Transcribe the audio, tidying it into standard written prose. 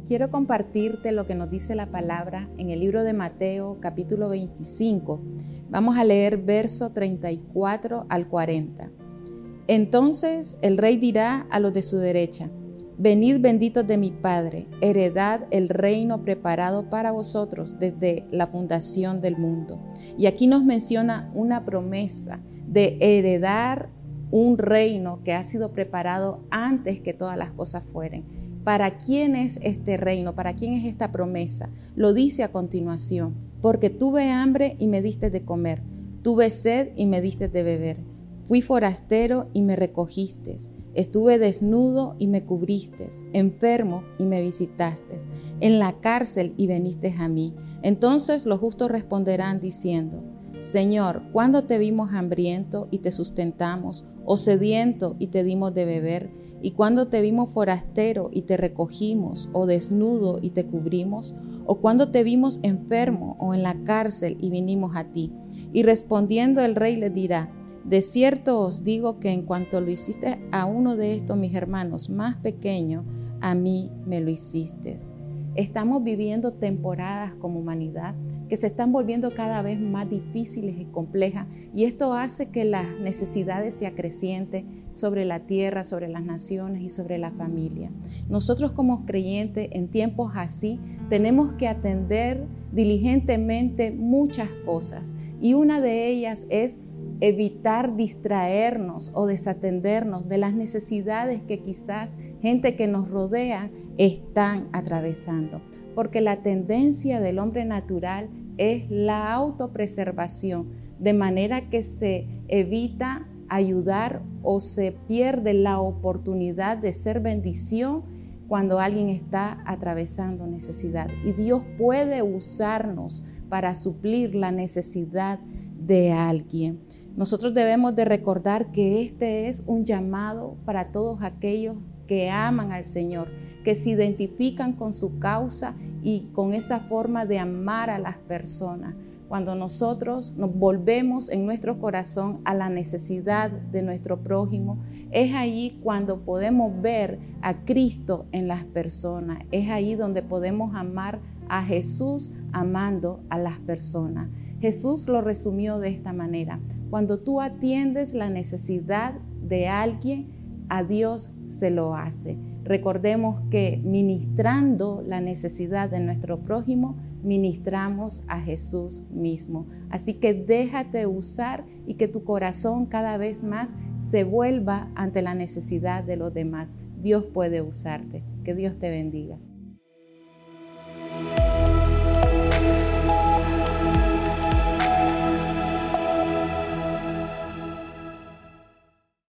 Quiero compartirte lo que nos dice la palabra en el libro de Mateo, capítulo 25. Vamos a leer verso 34 al 40. Entonces el rey dirá a los de su derecha: venid benditos de mi Padre, heredad el reino preparado para vosotros desde la fundación del mundo. Y aquí nos menciona una promesa de heredar un reino que ha sido preparado antes que todas las cosas fueren. ¿Para quién es este reino? ¿Para quién es esta promesa? Lo dice a continuación: porque tuve hambre y me diste de comer, tuve sed y me diste de beber, fui forastero y me recogiste, estuve desnudo y me cubriste, enfermo y me visitaste, en la cárcel y viniste a mí. Entonces los justos responderán diciendo: Señor, ¿cuándo te vimos hambriento y te sustentamos, o sediento y te dimos de beber? ¿Y cuándo te vimos forastero y te recogimos, o desnudo y te cubrimos? ¿O cuándo te vimos enfermo o en la cárcel y vinimos a ti? Y respondiendo el rey les dirá: de cierto os digo que en cuanto lo hiciste a uno de estos mis hermanos más pequeños, a mí me lo hiciste. Estamos viviendo temporadas como humanidad que se están volviendo cada vez más difíciles y complejas, y esto hace que las necesidades se acrecienten sobre la tierra, sobre las naciones y sobre la familia. Nosotros como creyentes en tiempos así tenemos que atender diligentemente muchas cosas, y una de ellas es evitar distraernos o desatendernos de las necesidades que quizás gente que nos rodea están atravesando. Porque la tendencia del hombre natural es la autopreservación, de manera que se evita ayudar o se pierde la oportunidad de ser bendición cuando alguien está atravesando necesidad. Y Dios puede usarnos para suplir la necesidad de alguien. Nosotros debemos de recordar que este es un llamado para todos aquellos que aman al Señor, que se identifican con su causa y con esa forma de amar a las personas. Cuando nosotros nos volvemos en nuestro corazón a la necesidad de nuestro prójimo, es ahí cuando podemos ver a Cristo en las personas. Es ahí donde podemos amar a Jesús amando a las personas. Jesús lo resumió de esta manera: cuando tú atiendes la necesidad de alguien, a Dios se lo hace. Recordemos que ministrando la necesidad de nuestro prójimo, ministramos a Jesús mismo. Así que déjate usar y que tu corazón cada vez más se vuelva ante la necesidad de los demás. Dios puede usarte. Que Dios te bendiga.